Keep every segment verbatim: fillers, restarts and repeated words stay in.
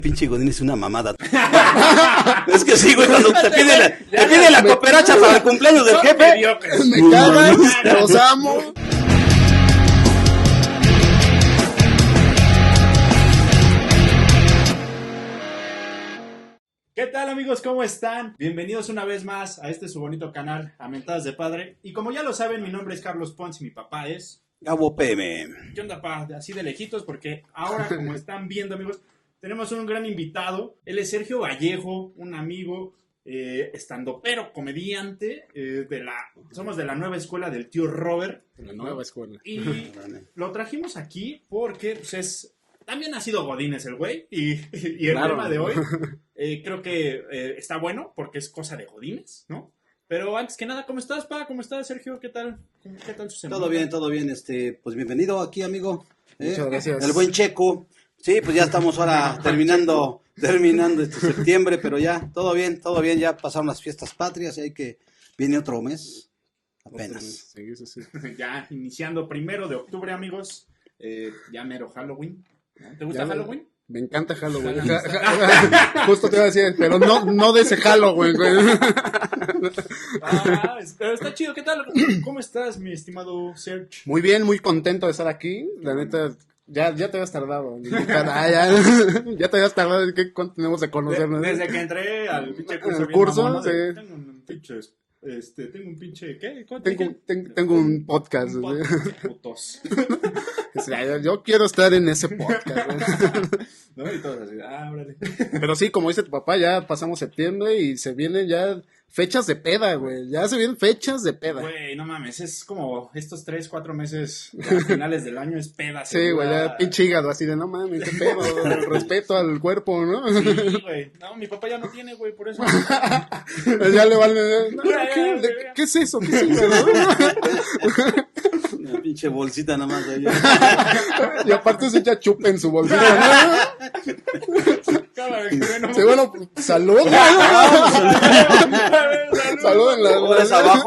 Pinche Godín es una mamada. Es que sí, güey, cuando te pide la, te pide la cooperacha para el cumpleaños del jefe. Me cagan, los amo. ¿Qué tal, amigos? ¿Cómo están? Bienvenidos una vez más a este su bonito canal, A Mentadas de Padre. Y como ya lo saben, mi nombre es Carlos Pons y mi papá es... Gabo P M. ¿Qué onda, pa? Así de lejitos, porque ahora, como están viendo, amigos, tenemos un gran invitado. Él es Sergio Vallejo, un amigo, eh, estandopero, comediante, eh, de la... Somos de la nueva escuela del tío Robert. La nueva escuela. Y lo trajimos aquí porque, pues, es... También ha sido godines el güey, y, y el Claro. tema de hoy eh, creo que eh, está bueno porque es cosa de godines, ¿no? Pero antes que nada, ¿cómo estás, pa? ¿Cómo estás, Sergio? ¿Qué tal? ¿Qué tal su semana? Todo bien, todo bien, este, pues bienvenido aquí, amigo. ¿eh? Muchas gracias. El buen Checo. Sí, pues ya estamos ahora terminando, terminando este septiembre, pero ya, todo bien, todo bien, ya pasaron las fiestas patrias y hay que, viene otro mes, apenas. Sí, sí, sí. Ya iniciando primero de octubre, amigos, eh, ya mero Halloween. ¿No? ¿Te gusta Ya me- Halloween? Me encanta Halloween. Ja- ja- Justo te iba a decir, pero no, no de ese Halloween, güey. Ah, es- pero está chido. ¿Qué tal? ¿Cómo estás, mi estimado Serge? Muy bien, muy contento de estar aquí. La neta, ya, ya te habías tardado. Ah, ya, ya te habías tardado. ¿Qué, ¿Cuánto tenemos de De- conocernos? desde que entré al pinche curso, Al bien curso, mamón, ¿no? De, sí. Tengo un pinche, este, tengo un pinche, ¿qué? ¿Cómo te Tengo, dije? ten- tengo un podcast. Un güey. podcast, putos. O sea, yo, yo quiero estar en ese podcast. güey. ¿No? Y todos así, ah, órale. Pero sí, como dice tu papá, ya pasamos septiembre y se vienen ya fechas de peda, güey. Ya se vienen fechas de peda. Güey, no mames, es como estos tres, cuatro meses a finales del año es peda. Sí, güey, ya pinche hígado, así de no mames, qué pedo, respeto al cuerpo, ¿no? Sí, güey. No, mi papá ya no tiene, güey, por eso. Ya le vale, no, ¿qué, de- ¿qué es eso? ¿Qué es eso? Una pinche bolsita nada más ahí. Y aparte se echa chupa en su bolsita, Cámara, güey, no ¿no? Sí, bueno, salud. Salud en la... ¿Horas abajo?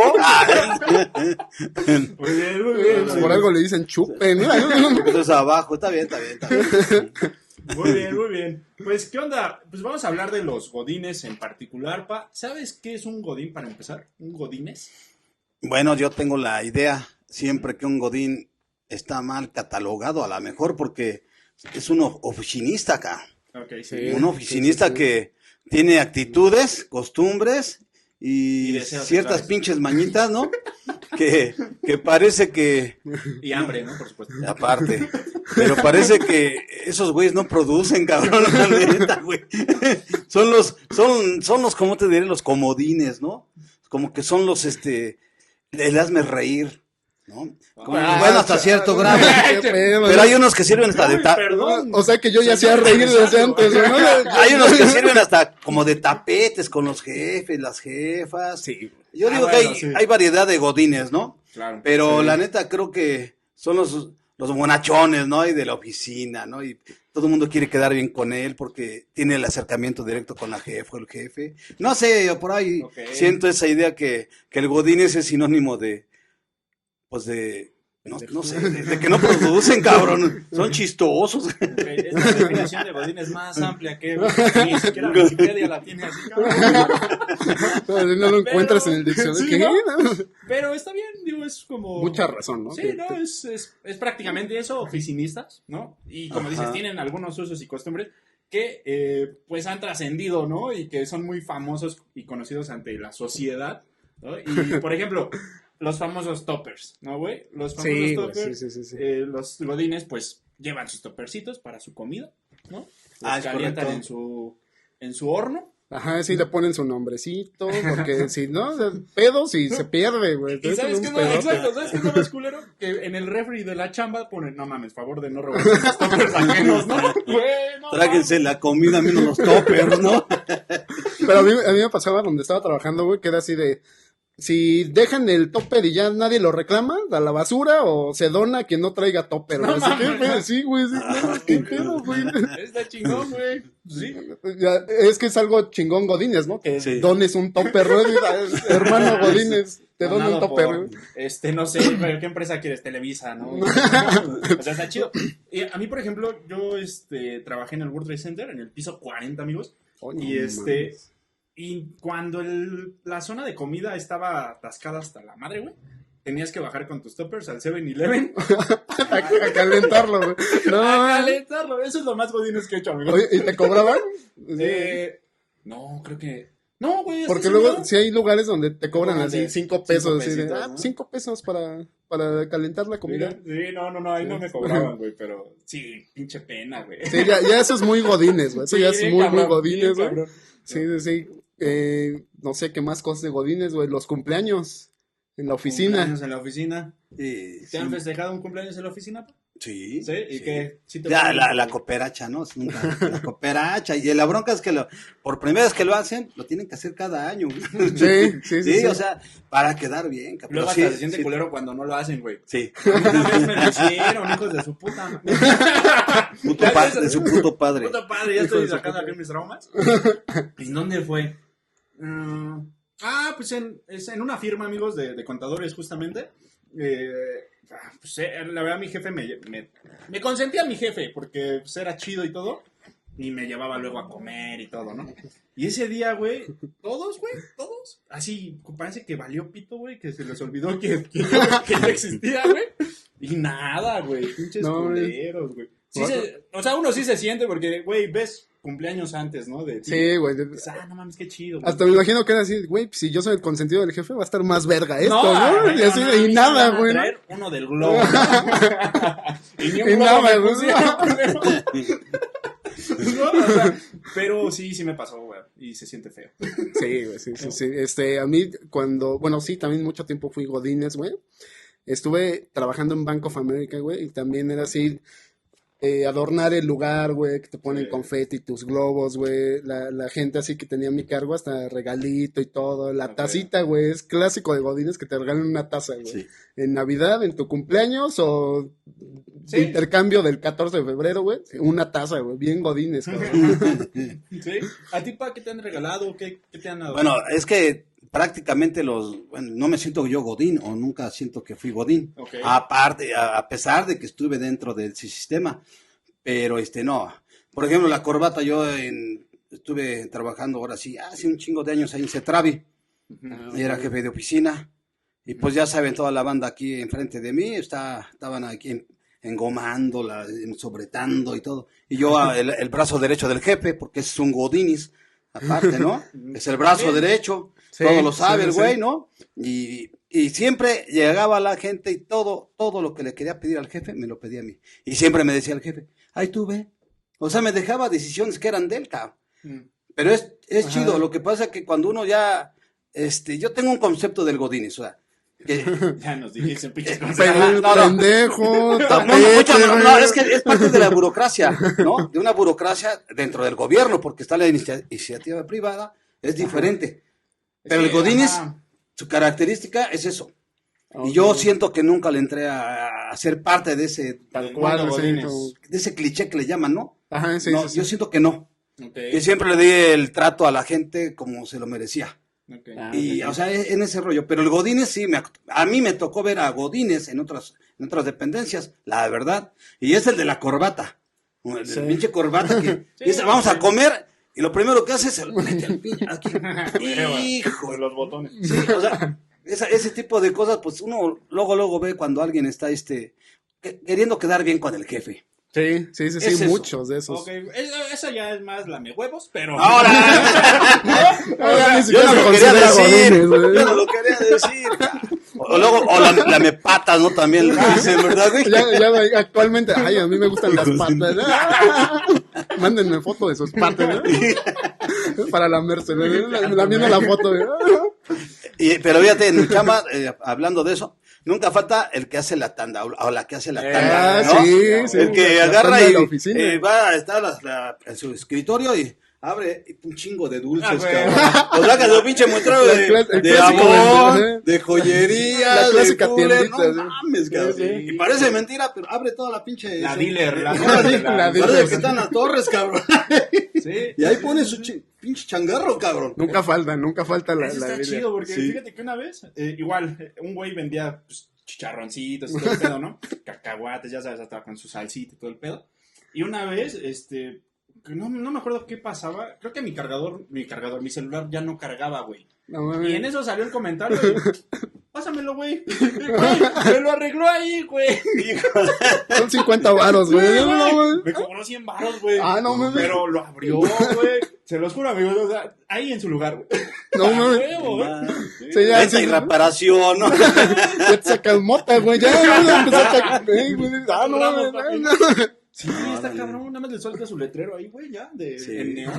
Muy bien, muy bien. Por algo le dicen chupe, ¿no? Entonces abajo, está bien, está bien, está bien. Muy bien, muy bien. Pues, ¿qué onda? Pues vamos a hablar de los godines en particular, pa. ¿Sabes qué es un godín para empezar? ¿Un godines? Bueno, yo tengo la idea siempre que un godín está mal catalogado, a lo mejor porque es un of- oficinista acá. Ok, Sí. sí. Un oficinista sí, sí. que tiene actitudes, costumbres y, Y deseos ciertas sexuales. pinches mañitas, ¿no? que, que parece que, Y hambre, ¿no? Por supuesto. aparte, pero parece que esos güeyes no producen, cabrón, la neta, güey. Son los, son, son los, ¿cómo te diré? Los comodines, ¿no? Como que son los, este, el hazme reír, ¿no? Como- Ah, bueno, hasta cierto grado. Qué pedo, Pero hay unos que sirven hasta de Uy, ta- perdón. O sea que yo ya hacía reír desde antes, ¿no? Hay unos que sirven hasta como de tapetes con los jefes, las jefas. Sí. Yo digo Ah, que bueno, hay, sí. hay variedad de godines, ¿no? Claro. Pero Sí. la neta creo que son los, los bonachones, ¿no? Y de la oficina, ¿no? Y todo el mundo quiere quedar bien con él porque tiene el acercamiento directo con la jefa o el jefe. No sé, yo por ahí Ok. siento esa idea que, que el godín es sinónimo de, pues de, no, no sé, de, de que no producen, cabrón. Son chistosos. Ok, esta definición de godín es más amplia que ni siquiera Wikipedia la tiene así, cabrón. No lo encuentras en el diccionario. Sí, ¿Qué? ¿no? Pero está bien, digo, es como... Mucha razón, ¿no? Sí, Que- no, es, es, es prácticamente eso, oficinistas, ¿no? Y como dices, Ajá. tienen algunos usos y costumbres que, eh, pues, han trascendido, ¿no? Y que son muy famosos y conocidos ante la sociedad, ¿no? Y, por ejemplo, los famosos toppers, ¿no, güey? Los famosos Sí, güey, toppers, sí, sí, sí, sí. eh, los godines, pues, llevan sus toppercitos para su comida, ¿no? Los Ah, es calientan correcto. en su, en su horno. Ajá, sí le ponen su nombrecito, porque si no, o sea, pedo si se pierde, güey. ¿Y Es sabes un qué es lo, pedote. exacto, ¿sabes qué es lo más culero? Que en el refri de la chamba ponen, no mames, favor de no robar los toppers ajenos, ¿no? Güey, no Tráguense la comida menos los toppers, ¿no? Pero a mí, a mí me pasaba donde estaba trabajando, güey, que era así de, si dejan el topper y ya nadie lo reclama, a la basura o se dona a quien no traiga topper, güey. No Así que, mames. güey, sí, güey, sí, no, qué pedo, güey. Está chingón, güey. Sí. Ya, es que es algo chingón Godínez, ¿no? Que Sí. dones un topper, güey, hermano Godínez, te Te doy un Donado topper, por, güey. Este, no sé, pero ¿qué empresa quieres? Televisa, ¿no? O sea, está chido. Y a mí, por ejemplo, yo este, trabajé en el World Trade Center, en el piso cuarenta, amigos. Oh, no Y este, mames. y cuando el, la zona de comida estaba atascada hasta la madre, güey, tenías que bajar con tus toppers al seven eleven a, a calentarlo, güey. No, a calentarlo. Eso es lo más godines que he hecho, amigos. oye, ¿y te cobraban? Eh, no, creo que... No, güey. Porque ¿estás luego, seguro? si hay lugares donde te cobran Cobran así de cinco pesos, cinco así de, pesitos, ah, ¿no? cinco pesos para, para calentar la comida. Mira, sí, no, no, no, ahí no me cobraban, güey, pero sí, pinche pena, güey. Sí, ya, ya eso es muy godines, güey. Eso Sí, ya es bien muy, cabrón, muy godines, bien güey. cabrón. Sí, sí, sí. Eh, no sé qué más cosas de godines, güey. Los cumpleaños en la oficina. Cumpleaños en la oficina. Sí, ¿Te han sí. festejado un cumpleaños en la oficina? Pa? Sí. ¿Sí? ¿Y sí. qué? ¿Sí te Ya, ponen- la, la cooperacha, ¿no? Es nunca- La cooperacha. Y la bronca es que lo, por primera vez que lo hacen, lo tienen que hacer cada año. Sí, sí, sí. Sí, sí. o sea, para quedar bien. cabrón. Luego Sí, hasta se siente sí, culero cuando no lo hacen, güey. Sí. Una vez me lo hicieron, hijos de su puta. Puto pa- de su puto padre. Puta padre, ya Hijo de estoy su sacando puta. aquí mis traumas. ¿Y dónde fue? Mm, ah, pues en, es en una firma, amigos, de, de contadores, justamente. Eh, ah, pues, eh, la verdad, mi jefe me, me, me consentía mi jefe, porque pues, era chido y todo. Y me llevaba luego a comer y todo, ¿no? Y ese día, güey, todos, güey, todos. Así, parece que valió pito, güey, que se les olvidó que, que, yo, que yo existía, güey. Y nada, güey, pinches No, güey. culeros, güey. Sí se- o sea, uno sí se siente porque, güey, ves cumpleaños antes, ¿no? De ti. Sí, güey. Dices, ah, no mames, qué chido. güey. Hasta me imagino que era así, güey, si yo soy el consentido del jefe, va a estar más verga esto, ¿no? güey, Y así, no, de- a y mí me nada, van a güey. ¿no? traer uno del globo. y ni un Y globo nada, me güey. pusieron, culero. No, o sea, pero sí, sí me pasó, güey. Y se siente feo. Sí, güey, sí, sí, sí. Este, a mí, cuando, bueno, sí, también mucho tiempo fui godines, güey. Estuve trabajando en Bank of America, güey, y también era así, eh, adornar el lugar, güey, que te ponen Sí. confeti, tus globos, güey, la, la gente así que tenía a mi cargo hasta regalito y todo, la Ok. tacita, güey, es clásico de godines que te regalen una taza, güey. Sí. En Navidad, en tu cumpleaños o Sí. intercambio del catorce de febrero, güey, una taza, güey, bien godines, cabrón. ¿Sí? ¿A ti, pa, qué te han regalado? ¿Qué, qué te han dado? Bueno, es que prácticamente los, bueno, no me siento yo Godín o nunca siento que fui Godín. Ok. Aparte, a, a pesar de que estuve dentro del sistema, pero este no. Por ejemplo, la corbata, yo en- estuve trabajando ahora sí, hace un chingo de años ahí en Cetravi, Ujú. y era jefe de oficina, y pues ya saben, toda la banda aquí enfrente de mí, está, estaban aquí en- engomando, la, sobretando y todo, y yo ah, el, el brazo derecho del jefe, porque ese es un Godinis, aparte, ¿no? Es el brazo Bien. derecho, Sí, todo lo sí, sabe el sí. güey, ¿no? Y, y siempre llegaba la gente y todo, todo lo que le quería pedir al jefe, me lo pedía a mí. Y siempre me decía el jefe, ay, tú ve. O sea, me dejaba decisiones que eran de él, cabrón. Mm. Pero es, es Ajá. chido, lo que pasa que cuando uno ya, este, yo tengo un concepto del Godínez, o sea, que, Ya nos dijiste, pinche Pero- consejo. no, no. Pendejo, no, tapete, no, mucho, no, no, güey. es que es parte de la burocracia, ¿no? De una burocracia dentro del gobierno, porque está la inicia- iniciativa privada, es diferente. Pero el Sí, Godínez, ajá. su característica es eso. Ok. Y yo siento que nunca le entré a, a ser parte de ese, Tal El cual, mundo sí, godines. como- de ese cliché que le llaman, ¿no? Ajá, sí, No, sí, sí. yo siento que no. Ok, Que siempre le di el trato a la gente como se lo merecía. ok. Ah, Y, ok. o sea, en ese rollo. Pero el Godínez sí, me, act- a mí me tocó ver a Godínez en otras, en otras dependencias, la verdad. Y es el de la corbata. El Sí. pinche corbata que Sí, dice, vamos sí. a comer. Y lo primero que hace es el mete el pinche aquí. Hueva. Hijo. Por los botones. Sí, o sea, esa- ese tipo de cosas, pues uno luego, luego ve cuando alguien está este, que- queriendo quedar bien con el jefe. Sí, sí, sí, Es sí, eso. muchos de esos. Ok, eso, eso ya es más lamehuevos, pero... Ahora, Ah, ni yo siquiera no se lo quería considera decir, godines, güey. yo no lo quería decir. O luego, o la, la me patas, ¿no? También lo dicen, ¿verdad, güey? Ya, ya, güey, actualmente, ay, a mí me gustan las patas. Ah, mándenme foto de sus patas, ¿no? Para la Merced, la, la viendo la foto. güey. Y, pero fíjate, en mi chamba, eh, hablando de eso, nunca falta el que hace la tanda, o, o la que hace la tanda, Ah, ¿no? sí, sí. El que la agarra tanda de y la oficina. eh, va a estar la- la- en su escritorio y abre un chingo de dulces, Ah, güey. cabrón. O sacas un pinche muestreo La de, cla- el de clásico amor, vendedor, ¿eh? de joyería, La clásica de cooler, tiendita, no sí. mames, cabrón. Sí, sí. Y parece mentira, pero abre toda la pinche... La ese- dealer, la No, dealer, la la dealer. Parece que están las torres, cabrón. Sí. Y ahí pone su chi- pinche changarro, cabrón. Nunca falta, nunca falta la, Eso la está dealer. chido porque Sí. fíjate que una vez, eh, igual, eh, un güey vendía pues, chicharroncitos y todo el pedo, ¿no? Cacahuates, ya sabes, hasta con su salsita y todo el pedo. Y una vez, este, que no, no me acuerdo qué pasaba, creo que mi cargador, mi cargador, mi celular ya no cargaba, güey. No mames. Y en eso salió el comentario y, pásamelo, güey. Güey, me lo arregló ahí, güey. Son cincuenta varos, güey. Sí, No, güey. güey. Me cobró cien baros, güey. Ah, no mames. Pero lo abrió, güey. Se los juro, amigos. O sea, ahí en su lugar, güey. No A mames. huevo, güey. Sí, ya, Venta sí, y reparación, ¿no? ya te sacas mota, güey. Ya, ya empezó a sacar. Ey, güey. Ah, no Bravo, mames. papi. no. Sí, está Órale. cabrón. Nada más le suelta su letrero ahí, güey, ya. De, Sí. en neón.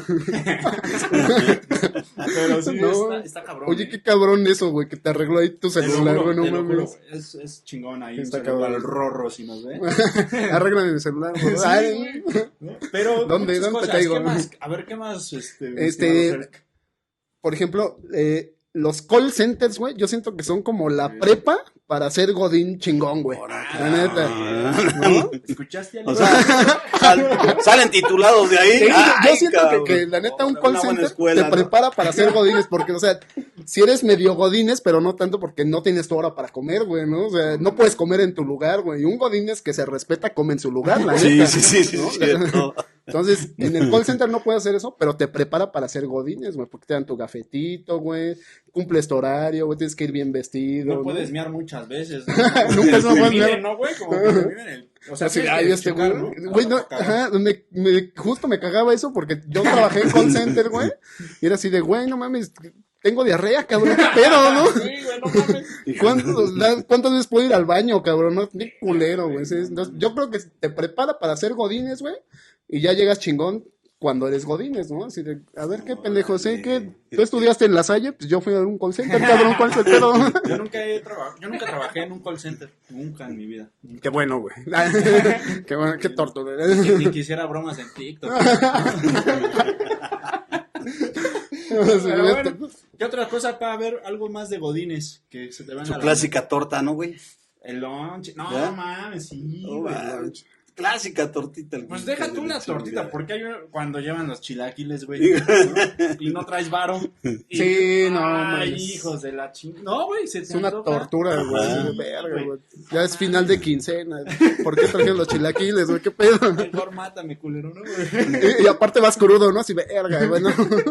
Pero sí, No. está, está cabrón. Oye, eh. qué cabrón eso, güey, que te arregló ahí tu Te lo celular, juro, güey, no te lo juro, mames. güey. Es, es chingón ahí. Está Un saludo cabrón. al Rorro, si nos ve. Arréglame mi celular, güey. Sí, Ay, güey. Pero, ¿Dónde- muchas dónde te cosas. caigo? ¿Qué más? A ver, ¿qué más? Este, mi Este, estimado Ferk? por ejemplo, eh, los call centers, güey, yo siento que son como la Sí. prepa para ser godín chingón, güey. La neta. ¿No? ¿Escuchaste algo? O sea, sal- salen titulados de ahí. Sí, yo- yo Ay, siento que, cabrón. que la neta un Una call buena center escuela, te ¿no? prepara para ser godines, porque, o sea, si eres medio godines, pero no tanto porque no tienes tu hora para comer, güey, ¿no? O sea, no puedes comer en tu lugar, güey. Y un godines que se respeta come en su lugar, la Sí, neta. sí, sí, sí, ¿no? sí, cierto. Entonces, en el call center no puedes hacer eso, pero te prepara para ser godines, güey, porque te dan tu gafetito, güey, cumples tu horario, güey, tienes que ir bien vestido. No puedes mear muchas veces. ¿no? Nunca se me puede Miden, mear. ¿no, güey? Como que se miden el... O sea, Así, tienes ay, que este checar, güey, ¿no? güey, no, Para cagar. ajá, me, me- justo me cagaba eso porque yo trabajé en call center, güey, y era así de, güey, no mames, tengo diarrea, cabrón, qué pedo, ¿no? Sí, güey, no mames. ¿Cuántos- la- ¿Cuántas veces puedo ir al baño, cabrón? No, qué culero, güey. Sí, entonces, yo creo que te prepara para ser godines, güey, y ya llegas chingón cuando eres godines, ¿no? Así de, a ver, qué pendejo, sé que tú estudiaste en La Salle, pues yo fui a un call center, cabrón, ¿cuál fue el pedo? Yo nunca he trabajado, yo nunca trabajé en un call center, nunca en mi vida. Qué bueno, güey. Qué bueno, qué torto, güey. Ni, ni quisiera bromas en TikTok. Pero bueno, ¿qué otra cosa para ver algo más de godines que se te van Su a la- clásica torta, ¿no, güey? El lunch. No, ¿Ya? mames, sí, No, güey. güey. Clásica tortita. el Pues pinche deja tú de la leche, tortita, mira. porque hay un- cuando llevan los chilaquiles, güey, ¿no? y no traes varo. Y- Sí, no, Ay, mames. hijos de la ching... No, güey, se te Es una antoja. tortura, güey. Ajá. así de verga, güey. Ya es final de quincena. ¿Por qué trajeron los chilaquiles, güey? ¿Qué pedo? Mejor mátame, culero, ¿no, güey? Y, y aparte vas crudo, ¿no? Así, verga, güey, ¿no?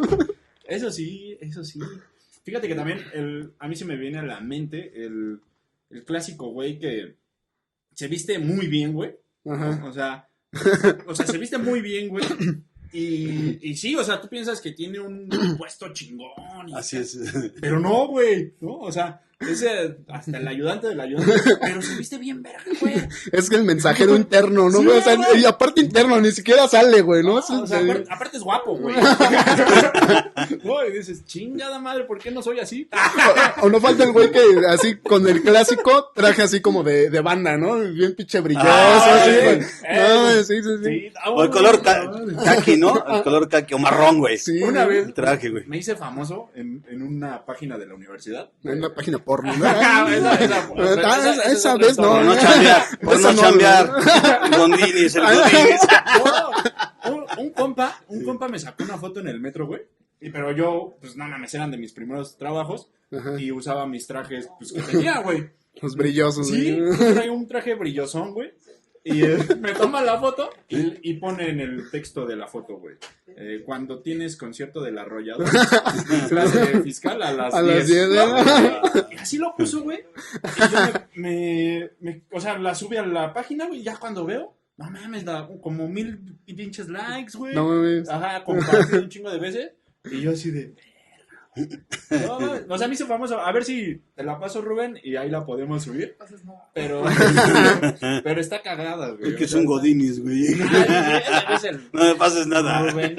Eso sí, eso sí. Fíjate que también el, a mí se me viene a la mente el, el clásico güey que se viste muy bien, güey. Ajá. O sea, o sea, se viste muy bien, güey. Y, y sí, o sea, tú piensas que tiene un puesto chingón. Y, Así es. pero no, güey, ¿no? O sea, ese hasta el ayudante del ayudante, pero se viste bien verga, güey. Es que el mensajero interno, ¿no, Sí, güey? O sea, güey. y aparte interno, ni siquiera sale, güey, ¿no? No, Es- o sea, eh, aparte, aparte es guapo, güey. No, y dices, chingada madre, ¿por qué no soy así? O no falta el güey que así con el clásico traje así como de, de banda, ¿no? Bien pinche brilloso. Ah, así, sí. güey. Eh, No, sí, sí, sí. Sí, ah, O el color ca- caqui, ¿no? El color caqui o marrón, güey. Sí, Una vez El traje, güey. me hice famoso en, en una página de la universidad. en la página porno, ¿no? Esa- esa- Ah, esa- esa, esa- vez esa- no. Por no chambear. Por Esa no no, chambear. Gondinis, el Gondinis. No, un, un compa, un compa me sacó una foto en el metro, güey. Y, pero yo, pues no mames, eran de mis primeros trabajos Ajá. y usaba mis trajes, pues que tenía, güey. Los brillosos, Sí, güey. yo traía un traje brillosón, güey. Y eh, me toma la foto y, y pone en el texto de la foto, güey. Eh, cuando tienes concierto del arrollador, clase fiscal a las A diez. las diez, ¿no? ¿no? Y así lo puso, güey. Y yo me, me, me- o sea, la sube a la página, güey. Y ya cuando veo, no mames, da como mil pinches likes, güey. No mames. Ajá, compartido un chingo de veces. Y yo así de. No, no, o sea, me hizo famoso. A ver si te la paso, Rubén, y ahí la podemos subir. Pero, pero está cagada, güey. Es que es un Godinis, güey. Ay, es el No me pases nada. Rubén.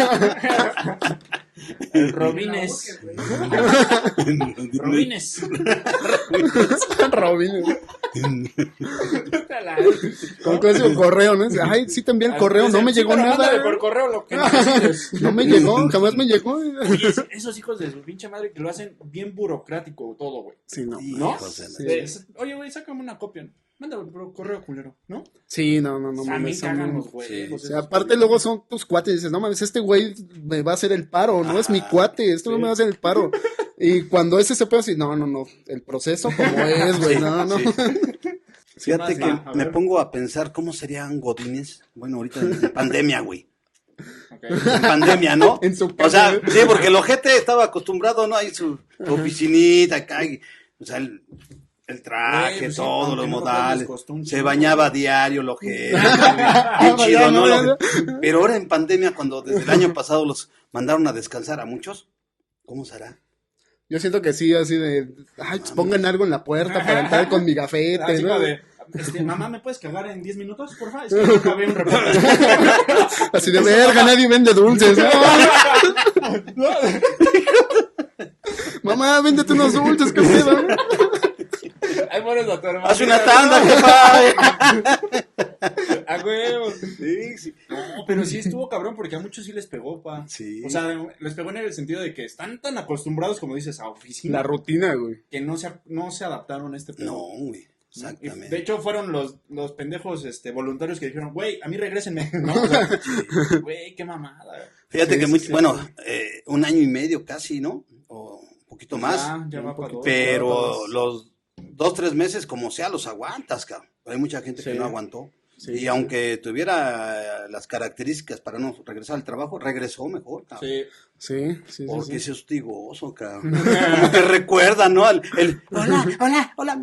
El Robines. Robines. Robin. Con clásico correo, ¿no? Ay, sí te envié el correo, no me llegó nada. Mándale por correo lo que necesites. No me llegó, jamás me llegó. Oye, es- esos hijos de su pinche madre que lo hacen bien burocrático todo, güey. Sí, no. ¿No? Hijos de la- Sí. De- Oye, güey, sácame una copia. Mándalo por correo, culero, ¿no? Sí, no, no, no. A mí mames, cagan no. los güeyes. O sea, aparte luego son tus cuates y dices, no mames, este güey me va a hacer el paro, no es mi cuate, este no sí. me va a hacer el paro. Y cuando es ese pedo así, no, no, no, el proceso como es, güey, no, no. Sí. Fíjate más, que va, a me ver. pongo a pensar cómo serían godines. Bueno, ahorita en, en pandemia, güey. Ok. En pandemia, ¿no? En su O casa. sea, sí, porque el ojete estaba acostumbrado, ¿no? Ahí su, su oficinita acá. Y, o sea, el, el traje, Güey, pues sí, todos aunque los no modales. les costó un Se chingo. bañaba a diario el ojete. Bien chido, ¿no? Lo- Pero ahora en pandemia, cuando desde el año pasado los mandaron a descansar a muchos, ¿cómo será? Yo siento que sí, así de, ay, pues pongan algo en la puerta para entrar con mi gafete, Así ¿no? como de, este, mamá, ¿me puedes cagar en diez minutos, por favor? Es que no acabé un reportaje. Así de verga, nadie vende dulces, ¿no? Mamá, véndete unos dulces, ¿qué pedo? Ahí mueres a tu hermano. ¡Haz una tanda, jefa! A huevo. Sí, sí. No, pero sí estuvo cabrón porque a muchos sí les pegó, pa. Sí. O sea, les pegó en el sentido de que están tan acostumbrados, como dices, a oficina, La rutina, güey. que no se, no se adaptaron a este pedo. No, güey. Y, Exactamente. de hecho, fueron los, los pendejos este, voluntarios que dijeron, güey, a mí regrésenme, ¿no? O sea, güey, qué mamada. Fíjate Sí, que, sí, muy, sí. bueno, eh, un año y medio casi, ¿no? O un poquito más. Ya, ya va para dos. Pero los dos, tres meses, como sea, los aguantas, cabrón. Hay mucha gente que Sí. no aguantó. Sí, y sí. aunque tuviera las características para no regresar al trabajo, regresó mejor, cabrón. Sí. Sí, sí, sí. Porque sí. ese hostigoso, cabrón. Como que recuerda, ¿no? Al- el, hola, hola, hola.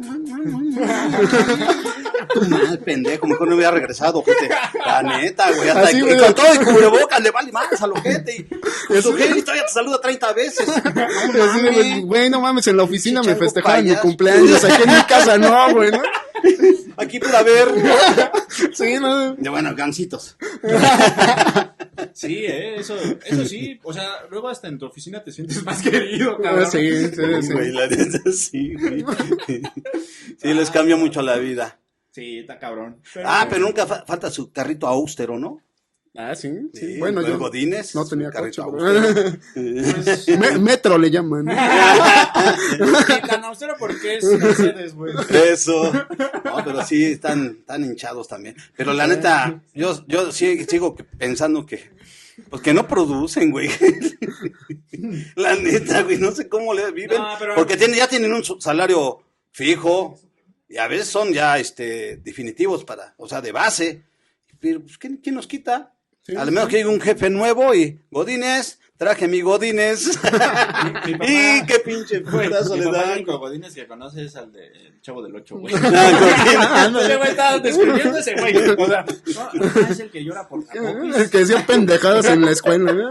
Tu mal, pendejo, mejor no hubiera regresado, ojete. La neta, güey. Hasta Así, y güey. con todo y cubrebocas le vale más al ojete. Y el ojete todavía te saluda treinta veces. Y así de, güey, güey, no mames, en la oficina me Chichango festejaban mi payaso. cumpleaños, aquí en mi casa no, güey, ¿no? Aquí para ver. Sí, no. De bueno, gancitos. Sí, eh, eso, eso sí. O sea, luego hasta en tu oficina te sientes más querido, cabrón. Sí, sí, sí. Güey, la neta, sí, güey. Sí, les cambia mucho la vida. Sí, está cabrón. Ah, pero nunca fa- falta su carrito austero, ¿no? Ah, sí, sí. Sí, bueno, el yo Godínez, no su tenía carrito coche. austero. Pues, Me- metro le llaman. ¿no? ni tan austero porque es Mercedes, güey. Eso. No, pero sí están, están hinchados también. Pero la neta, yo, yo sí, sigo que- pensando que, pues que no producen, güey. La neta, güey, no sé cómo le viven. No, pero- Porque tienen, ya tienen un su- salario fijo y a veces son ya este definitivos para, o sea, de base. Pero, pues, ¿quién, quién nos quita? Sí, A lo menos que llegue un jefe nuevo y Godínez, traje mi Godínez. Mi, mi papá, Y qué pinche güey, putazo mi le papá, el dan. único Godínez que conoces al de el Chavo del Ocho, güey. Ah, Godínez. Ese güey estaba descubriendo ese güey. O sea, no, no, es el que llora por Tacopis. Que decían pendejadas en la escuela, ¿no?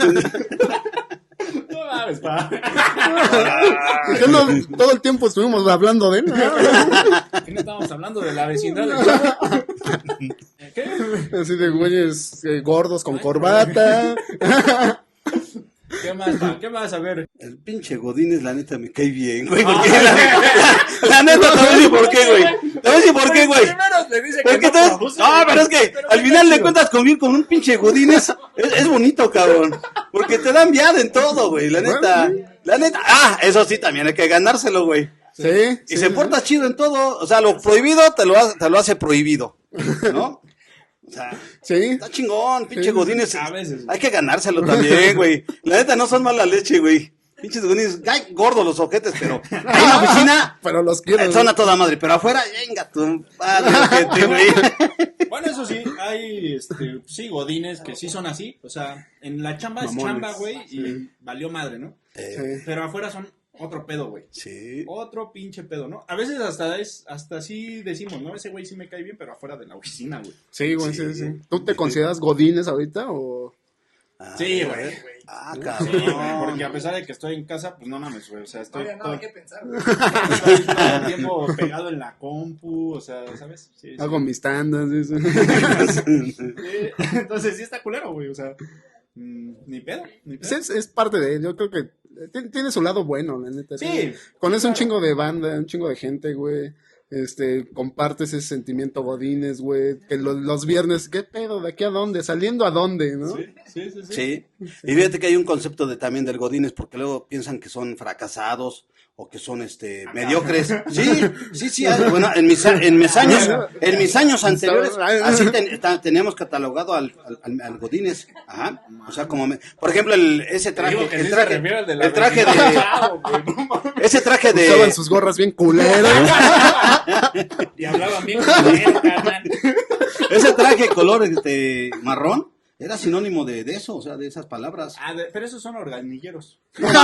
No mames, pa. Que no, todo el tiempo estuvimos hablando de él. ¿no? ¿Qué no estábamos hablando de la vecindad del Chavo? ¿Qué? Así de güeyes eh, gordos con corbata. ¿Qué más, pa? ¿Qué más? A ver. El pinche Godínez, la neta, me cae bien, güey. Porque la, la, la neta, te voy a decir por qué, güey. Te voy a decir por qué, güey. Primero le dice que Porque no te ves- produce, no, güey. pero es que Pero al qué final de chido. cuentas convivir con un pinche Godínez es, es bonito, cabrón. Porque te dan viada en todo, güey. La neta. La neta. Ah, eso sí, también hay que ganárselo, güey. Sí. Y se porta chido en todo. O sea, lo prohibido te lo, hace- te lo hace prohibido. ¿No? O sea, Sí. está chingón, pinche Sí. Godínez. A veces. Hay que ganárselo también, güey. La neta, no son mala leche, güey. Pinches Godínez. Ay, gordos los ojetes, pero ahí en la oficina Pero los quiero. eh, son a toda madre. Pero afuera, venga tu padre, ojete, güey. Bueno, eso sí, hay, este, sí, godines que sí son así. O sea, en la chamba es Mamones. chamba, güey, y valió madre, ¿no? Eh, Sí. Pero afuera son otro pedo, güey. sí. Otro pinche pedo, ¿no? A veces hasta es, hasta sí decimos, ¿no? Ese güey sí me cae bien, pero afuera de la oficina, güey. Sí, güey, sí, Sí. sí. ¿Tú te consideras godines ahorita o...? Ah, Sí, güey. Ah, Sí, cabrón. güey, porque a pesar de que estoy en casa, pues no mames, güey. O sea, estoy Oye, no, todo, hay que pensar, güey. estoy todo el tiempo pegado en la compu, o sea, ¿sabes? Sí, sí. Hago mis tandas. Sí, sí. Sí, entonces sí está culero, güey. O sea, mm, ni pedo, ni pedo. Es, es parte de él. Yo creo que eh, tiene, tiene su lado bueno, la neta. Sí. Conoce un Claro. chingo de banda, un chingo de gente, güey. Este, compartes ese sentimiento godines, güey, que lo- los viernes, ¿qué pedo? ¿De aquí a dónde? ¿Saliendo a dónde, no? Sí, sí, sí. sí. Sí. Y fíjate que hay un concepto de también del godines, porque luego piensan que son fracasados o que son este mediocres. Sí, sí, sí. ah, Bueno, en mis, a- en mis años, en mis años anteriores, así ten- ta- teníamos catalogado al, al, al- al godines. Ajá. O sea, como, me- por ejemplo, el, ese Te traje, digo que el sí se traje, refiere al de la el traje vecindad, de, chavo, güey, no mames. ese traje de, Usaban sus gorras bien culeras. Y hablaban bien culero, carnal. ese traje color este marrón era sinónimo de, de eso, o sea, de esas palabras. Ah, de- pero esos son organillero.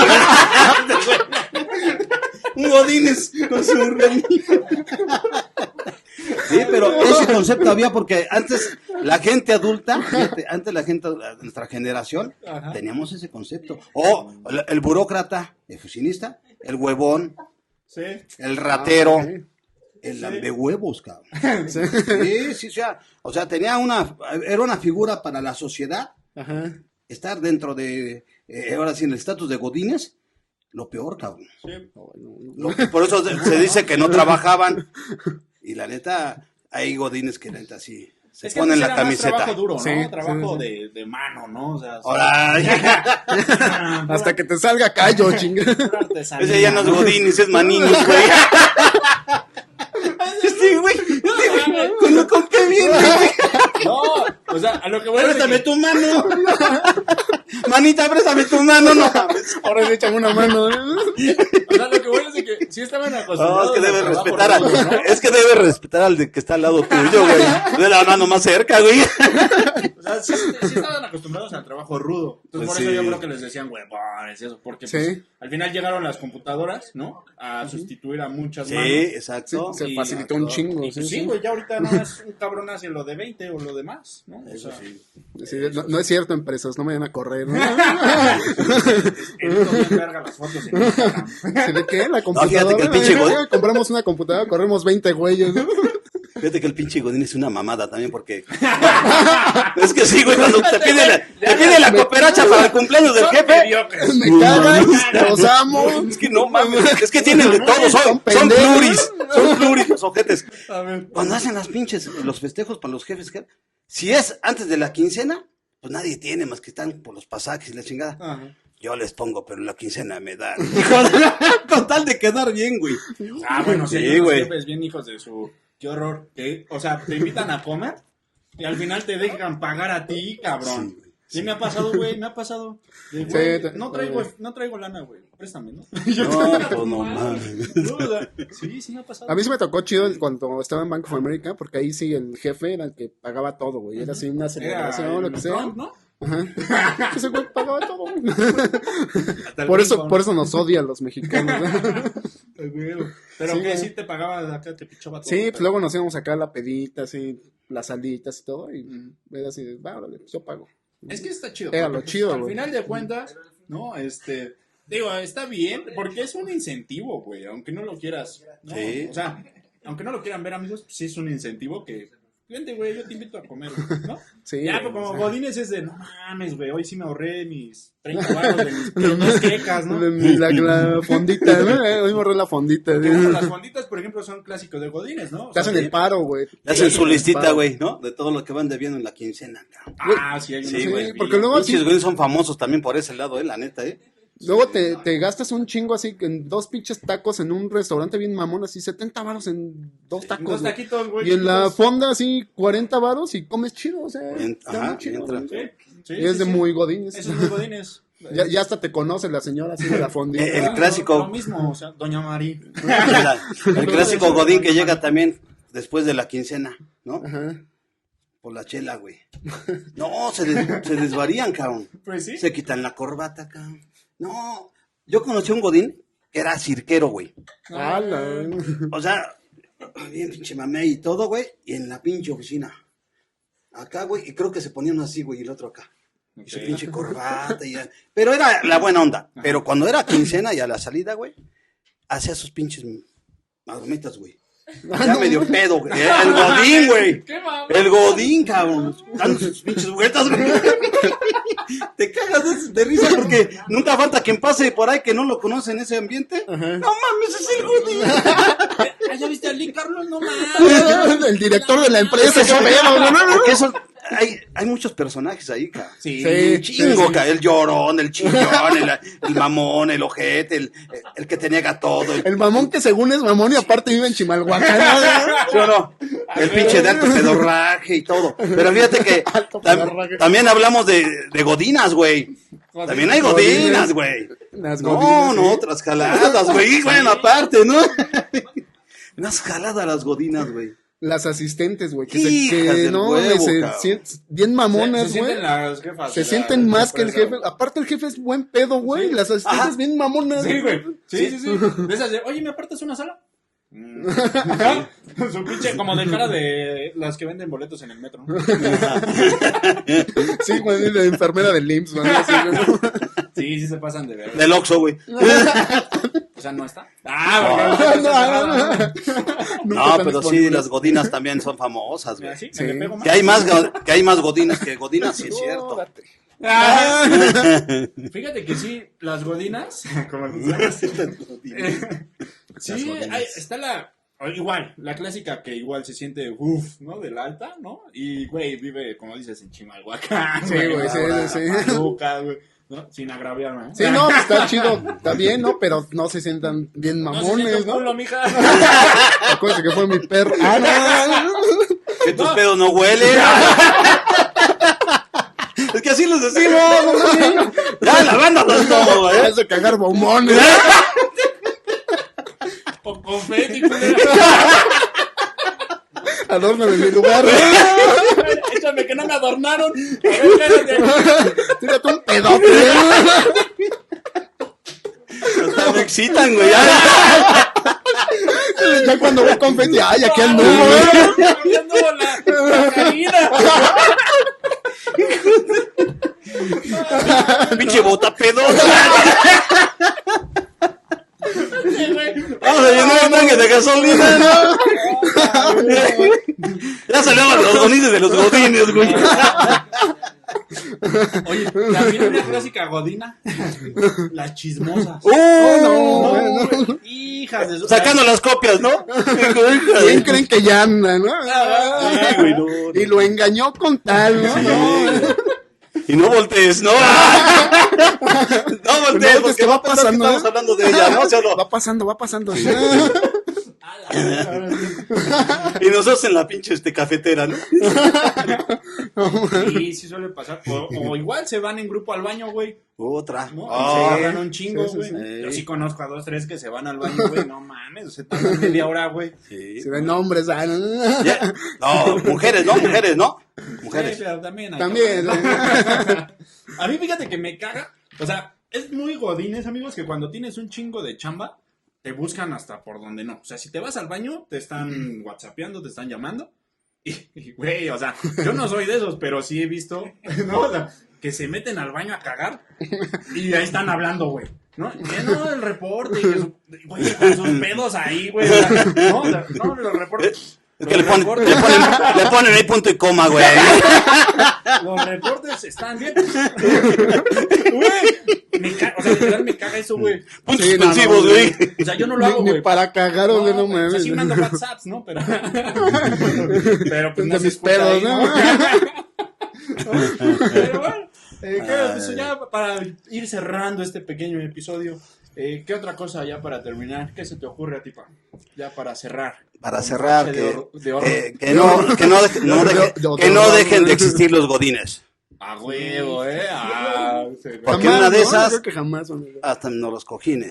Un godines con su organillo. Sí, pero ese concepto había porque antes la gente adulta, fíjate, antes la gente, nuestra generación, Ajá. teníamos ese concepto. O el, el burócrata, el oficinista, el huevón, Sí. el ratero, Ah, ok. el lambehuevos, cabrón. Sí. Sí, sí, o sea, o sea, tenía una, era una figura para la sociedad, Ajá. estar dentro de, eh, ahora sí, en el estatus de godines, lo peor, cabrón. Sí. Lo que- por eso se, se dice que no trabajaban. Y la neta, hay godines que la neta sí se Es que ponen antes la era más camiseta. trabajo duro, ¿no? Sí, Trabajo sí, sí. De, de mano, ¿no? O sea, Ahora, Hasta que te salga callo, chinga. pura artesanía, ese ya no es godines, es maninos, güey. Este güey, este güey, ¿con, con qué viene, güey? No, o sea, a lo que voy a Préstame decir. tu mano. Manita, préstame tu mano, no mames. Ahora le echan una mano. O sea, lo que voy a decir es que sí estaban No, acostumbrados. es que debe al trabajo respetar al, duro, ¿no? es que debe respetar al de que está al lado tuyo, güey. De la mano más cerca, güey. O sea, sí, sí estaban acostumbrados al trabajo rudo. Entonces, Pues por sí. eso yo creo que les decían huevones y eso. Porque pues, Sí. al final llegaron las computadoras, ¿no? A sustituir a muchas Sí, manos. exacto. Se Y- facilitó un chingo. Y Sí, pues sí, sí. güey, ya ahorita no es un cabrón hace lo de veinte o lo de más, ¿no? O Eso sea, sí. Sí, no, no es cierto, empresas, no me vayan a correr. ¿no? edito bien verga las fotos en Instagram. ¿Sí, ¿De qué? La fíjate computadora. que el pinche gol- Compramos una computadora, corremos veinte güeyes. ¿no? Fíjate que el pinche Godín es una mamada también porque... es que sí, güey, cuando te pide la, te pide la cooperacha para el cumpleaños del Son jefe... mediocres. Me cagan, los amo. Es que no mames, es que tienen de todo, son, Son son pendejos. pluris, son pluris los ojetes. A ver. Cuando hacen las pinches, los festejos para los jefes, ¿qué? Si es antes de la quincena, pues nadie tiene más que están por los pasajes y la chingada. Ajá. Yo les pongo, pero en la quincena me dan. Con tal de quedar bien, güey. Ah, bueno, sí, Sí, hay unos güey. jefes bien hijos de su... Qué horror. Que, o sea, te invitan a comer y al final te dejan pagar a ti, cabrón. Sí, güey. Sí, me ha pasado, güey, me ha pasado. De, güey, te- no traigo, no traigo lana, güey. Préstame, ¿no? No, pues no mames. No, o sea, sí, sí me ha pasado. A mí sí me tocó chido cuando estaba en Bank of America, porque ahí sí el jefe era el que pagaba todo, güey. Era así una Era celebración, lo el que sea. Trump, ¿no? Ajá. Ese güey pagaba todo, güey. Hasta el Por eso, Lincoln. por eso nos odia a los mexicanos. ¿no? Pero Sí, que güey. sí te pagaba de acá, te pichaba todo. Sí, pues luego nos íbamos acá a la pedita, así, las salitas y todo, y era así de, va, órale, pues yo pago. Es que está chido. Era porque, lo pues, chido, Al güey. final de cuentas, ¿no? Este, digo, está bien, porque es un incentivo, güey, aunque no lo quieras. ¿no? Sí. O sea, aunque no lo quieran ver, amigos, pues sí es un incentivo que, vente, güey, yo te invito a comer, güey, ¿no? Sí, Ya, güey, pues como o sea, Godines es de, no mames, güey, hoy sí me ahorré mis treinta baros de mis pequeñas quecas, ¿no? La, la fondita, ¿no? Eh, Hoy morré la fondita. Que, ¿no? bueno, las fonditas, por ejemplo, son clásicos de Godines, ¿no? O Te sea, hacen de- el paro, güey. Le hacen Te su el listita, paro. güey, ¿no? De todo lo que van debiendo en la quincena, cabrón. Ah, sí, hay unos Sí, que güey, bien. porque luego- Pinches güeyes son famosos también por ese lado, eh, la neta, eh. Luego te, te gastas un chingo así en dos pinches tacos en un restaurante bien mamón, así setenta varos en dos tacos. Dos güey. taquitos, güey. Y en la chiquitos. fonda así cuarenta varos y comes chido, o sea, En- está ajá, muy chido. entra. güey. Sí, sí, Y es sí, de sí. muy godines. Eso es muy Godines. Ya, ya hasta te conoce la señora así de la fondita. Eh, el Ah, clásico. Lo, lo mismo, o sea, Doña Mari. Mira, el clásico Godín que llega también después de la quincena, ¿no? Ajá. Por la chela, güey. No, se, des- se desvarían, cabrón. Pues sí. Se quitan la corbata, cabrón. No, yo conocí a un Godín que era cirquero, güey. Ala. O sea, bien pinche mamé y todo, güey, y en la pinche oficina. Acá, güey, y creo que se ponían así, güey, y el otro acá. Y su Ok. pinche corbata y ya. Pero era la buena onda. Pero cuando era quincena y a la salida, güey, hacía sus pinches marometas, güey. Ya medio pedo, güey. El godín, güey. ¿Qué mamá? El godín, cabrón. Dando sus pinches vueltas, güey. Te cagas de, de risa porque nunca falta quien pase por ahí que no lo conoce en ese ambiente. Ajá. No mames, es el godín. ¿Ya viste a Lee Carlos? No mames. El director de la empresa, qué pedo, ¿no? Porque eso... Hay, hay muchos personajes ahí, cara. Sí, sí chingo, sí, sí. El llorón, el chillón, el, el mamón, el ojete, el, el que te niega todo. El, el mamón que según es mamón y aparte vive en Chimalhuacán. ¿Sí o no? El pinche de alto pedorraje y todo. Pero fíjate que tam, también hablamos de, de godinas, güey. También hay godinas, güey. No, no, otras jaladas, güey. Bueno, aparte, ¿no? Unas jaladas las godinas, güey. Las asistentes, güey, que, se, que no, huevo, se, se, bien mamonas, güey. Se, se sienten las jefas. Se sienten la, más que el jefe. Aparte el jefe es buen pedo, güey. Sí. Las asistentes Ajá. bien mamonas. Sí, güey. Sí, sí, sí. De esas de, oye, ¿me apartas una sala? Ajá. Su pinche, como de cara de las que venden boletos en el metro. Sí, güey, la enfermera del I M S S, güey. Sí, sí se pasan de ver. Del Oxxo, güey. O sea, no está. Ah, no, no, no, no. No, pero sí, las godinas también son famosas, güey. ¿Sí? Sí. Que hay más, que hay más godinas que godinas, sí es cierto. Ah, fíjate que sí, las godinas, como las eh, sí, hay, está la, igual, la clásica que igual se siente, uff, ¿no? De la alta, ¿no? Y, güey, vive, como dices, en Chimalhuacán. Sí, güey, sí, sí. Paluca, güey. ¿No? Sin agraviarme. ¿eh? Sí, no, está chido, está bien, ¿no? Pero no se sientan bien mamones, ¿no? Culo, mija. Acuérdate que fue mi perro. Ah, no. Que tus no. pedos no huelen. Es que así los decimos. Ya, la banda no todo, güey. Es de cagar bombones. Con confeti, Adórname en mi lugar. Échame que no me adornaron. Tírate un pedote. Hasta me excitan, güey. Ya, ya cuando voy confeti, ay, aquí ando. Aquí anduvo la, la caída. Pinche bota pedota. Vamos a llenar el tanque de gasolina, ¿no? Ya salieron los godines de los godines, güey. Oye, también una clásica godina. Las chismosas. ¡Oh, no! no, no. Hijas de su... Sacando las copias, ¿no? ¿Quién creen que ya anda, no? Sí, güey, no, no. Y lo engañó con tal, ¿no? Sí. No. Y no voltees, ¿no? No voltees, no, porque va, va pasando. Estamos hablando de ella, ¿no? ¿Sí o no? Va pasando, va pasando. Sí. Y nosotros en la pinche este, cafetera, ¿no? Sí, sí suele pasar. O, o igual se van en grupo al baño, güey. Otra. ¿No? Oh. Se agarran un chingo, güey. Sí, sí, sí. Yo sí conozco a dos, tres que se van al baño, güey. No mames, se tardan media hora, güey. Sí. Se ven hombres, ¿ah? Yeah. No, mujeres, ¿no? Mujeres, ¿no? Mujeres. Sí, pero también hay. También. A mí fíjate que me caga. O sea, es muy godines, amigos, que cuando tienes un chingo de chamba, te buscan hasta por donde no. O sea, si te vas al baño, te están whatsappeando, te están llamando. Y, güey, o sea, yo no soy de esos, pero sí he visto, ¿no? O sea, que se meten al baño a cagar y ahí están hablando, güey. ¿No? Y, no, el reporte, y su, güey, con sus pedos ahí, güey. O sea, no, o sea, no, los reportes. Es que le ponen, le, ponen, le ponen ahí punto y coma, güey. Los reportes están bien. Güey, me caga, o sea, literal me caga eso, güey. Puntos sí, suspensivos, güey. No, no, o sea, yo no lo hago, güey. Para cagar, o no, no me. O sea, sí mando WhatsApps, ¿no? Pero. Pero pues no mis pedos, ahí, ¿no? Pero bueno, eh, creo que eso ya para ir cerrando este pequeño episodio. Eh, ¿Qué otra cosa ya para terminar? ¿Qué se te ocurre a ti, pa? Ya para cerrar. Para cerrar, que, de or- de eh, que, no, que, no, deje, no deje, que no dejen de existir los godines. A huevo, eh. Ah, sí, porque jamás, una de esas. ¿no? Creo que jamás, hasta no los cojines.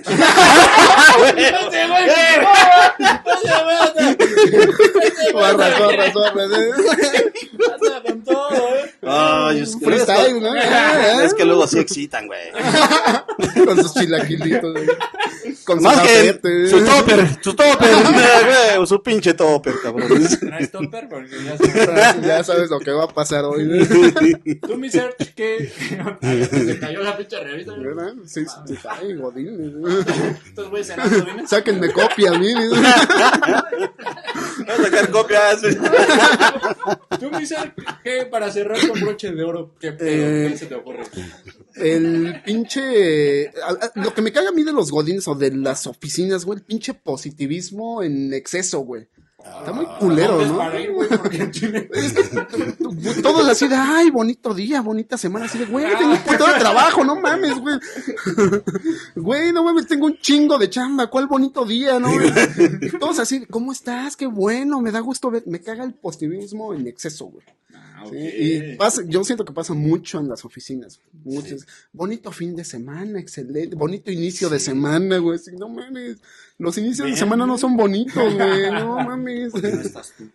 Barra, barra, barra. Con todo, eh. Ay, es que, freestyle, ¿no? Es que luego sí excitan, güey. Con sus chilaquilitos, güey. Con más que su topper, su topper, güey, su pinche topper, cabrón. ¿Traes topper? Porque ya sabes, ya sabes lo que va a pasar hoy. Tú, mi ser, que se cayó la pinche revista. Sí, sí, ay, godines. Estos güeyes serán godines. Sáquenme copias, miren. a sacar copias. Tú, Miser, ¿qué para cerrar con broche de oro? ¿Qué, Eh, ¿qué se te ocurre? El pinche... a- a- Lo que me caga a mí de los godines o de las oficinas, güey, el pinche positivismo en exceso, güey. Está muy culero, es ¿no? para ir, güey, porque tiene... Todos así de, ay, bonito día, bonita semana, así de, güey, tengo un puto de trabajo, no mames, güey. Güey, no mames, tengo un chingo de chamba, ¿cuál bonito día, no? Todos así, ¿cómo estás? Qué bueno, me da gusto ver, me caga el positivismo en exceso, güey. Ah, ok. Sí, y pasa, yo siento que pasa mucho en las oficinas. Muchos. Bonito fin de semana, excelente. Bonito inicio de semana, güey. Así, no mames. Los inicios Bien, de semana no güey. son bonitos, güey. No mames. ¿Por qué no estás tú?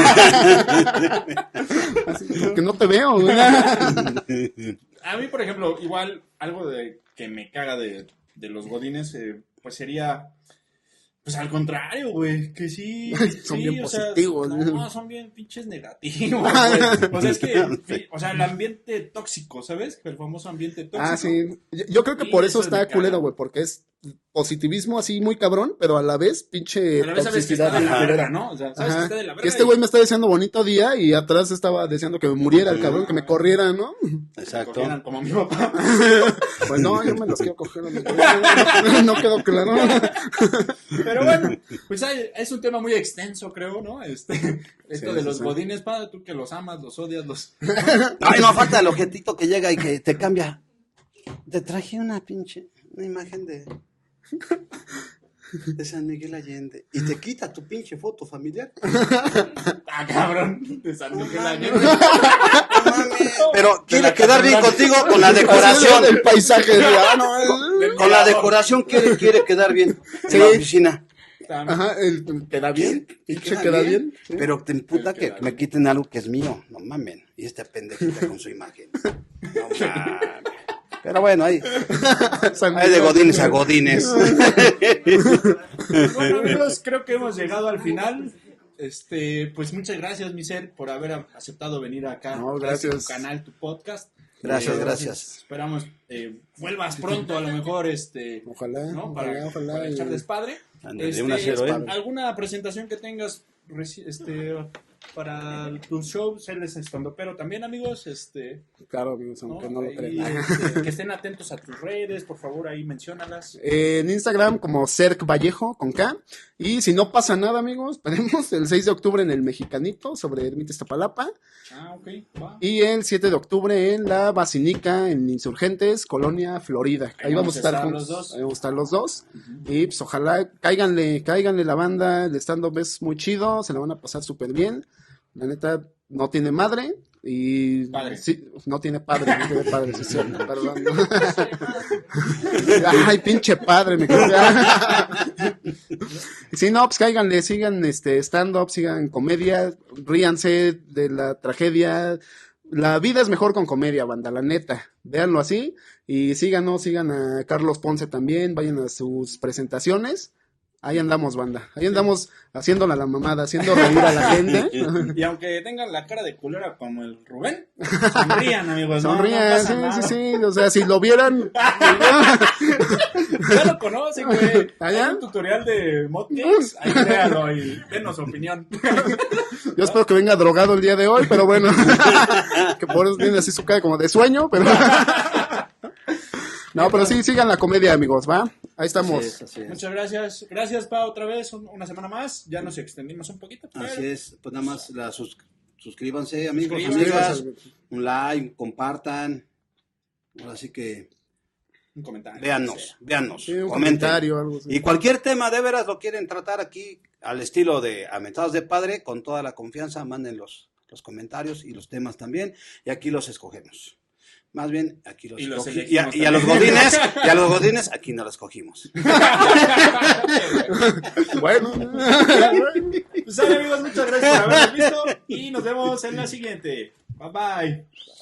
Así, porque no te veo, güey. A mí, por ejemplo, igual algo de que me caga de, de los godines, eh, pues sería, pues al contrario, güey, que sí, Son sí, bien o sea, positivos. no, son bien pinches negativos, güey. O sea, es que, sí, o sea, el ambiente tóxico, ¿sabes? El famoso ambiente tóxico. Ah, sí. Yo, yo creo que Sí, por eso eso me está caga. culero, güey. Porque es positivismo así muy cabrón, pero a la vez pinche A la vez sabes que está toxicidad de bien la culera. verga, ¿no? O sea, sabes Ajá. que está de la verga. Que este y- güey me está deseando bonito día y atrás estaba deseando que me muriera el cabrón, que me corriera, ¿no? Exacto. cogieran como mi papá. Pues no, yo me los quiero coger. No, no quedó claro. Pero bueno, pues hay- es un tema muy extenso, creo, ¿no? Este, esto Sí, de sí, los sí. godines, padre, tú que los amas, los odias, los... Ay, no falta el objetito que llega y que te cambia. Te traje una pinche, una imagen de, de San Miguel Allende. Y te quita tu pinche foto familiar. Ah, cabrón, de San Miguel Allende. No mames. Pero De quiere la quedar bien catedral. contigo con la Así decoración. del paisaje. de, ah, no, eh. Con la decoración quiere, quiere quedar bien Sí. en la oficina. Ajá, el, ¿queda bien? Y Pinche queda bien. Sí. Pero te imputa que Queda me quiten algo que es mío. No mamen. Y este pendejita con su imagen. No mames. Pero bueno, ahí, San hay de Miguel. godines a godines. Bueno, amigos, creo que hemos llegado al final. Este, pues muchas gracias, Miser, por haber a- aceptado venir acá No, a gracias. tu canal, tu podcast. Gracias, Eh, gracias. Esperamos eh, vuelvas pronto, a lo mejor, este, Ojalá, ¿no? Para, ojalá, ojalá. para y- echar despadre. Ándale, Este, un a cero, ¿eh? ¿Alguna presentación que tengas reci- este, para tus shows? Él es estandopero también, amigos. Este, Claro, amigos, aunque no, lo Ahí, crean. este, que estén atentos a tus redes, por favor, ahí menciónalas. En Instagram como Cerc Vallejo con K. Y si no pasa nada, amigos, esperemos el seis de octubre en el Mexicanito sobre Ermita Iztapalapa. Ah, ok, va. Y el siete de octubre en la Basinica en Insurgentes, Colonia Florida. Ahí, vamos a estar juntos. los dos. Ahí vamos a estar los dos. Y pues ojalá cáiganle, cáiganle la banda. El stand-up es muy chido, se la van a pasar súper bien. La neta no tiene madre. Y Padre. sí, no tiene padre, no tiene padre, sí, es cierto, perdón. Ay, pinche padre, me quedé. Sí, no, pues cáiganle, sigan este stand-up, sigan comedia, ríanse de la tragedia. La vida es mejor con comedia, banda, la neta. Véanlo así. Y síganos, sigan a Carlos Ponce también, vayan a sus presentaciones. Ahí andamos, banda. Ahí andamos haciéndola la mamada, haciendo reír a la gente. Y aunque tengan la cara de culera como el Rubén, sonrían, amigos. no- no Sonrían, pasa sí, nada. sí, sí. O sea, si lo vieran. Ya lo conocen, güey. ¿Ah, Hay ya? un tutorial de modcakes. Ahí véanlo y denos su opinión. Yo espero que venga drogado el día de hoy, pero bueno. Que por eso tiene así su cara como de sueño, pero. No, pero sí, sigan la comedia, amigos, ¿va? Ahí estamos. Así es, así es. Muchas gracias. Gracias, Pa, otra vez. un- Una semana más. Ya nos extendimos un poquito. Pero Así es, pues nada más la sus- suscríbanse, amigos, Suscríbanse. amigas, un like, compartan. Así que un comentario. véannos, véannos, Sí, un comenten. comentario, algo así. Y cualquier tema de veras lo quieren tratar aquí al estilo de Amentados de Padre, con toda la confianza, manden los, los comentarios y los temas también, y aquí los escogemos. Más bien, aquí los Y los escogi- y, a, elegimos y a los también. godines, y a los godines, aquí no los escogimos. Bueno. Pues sale, amigos, muchas gracias por habernos visto y nos vemos en la siguiente. Bye bye.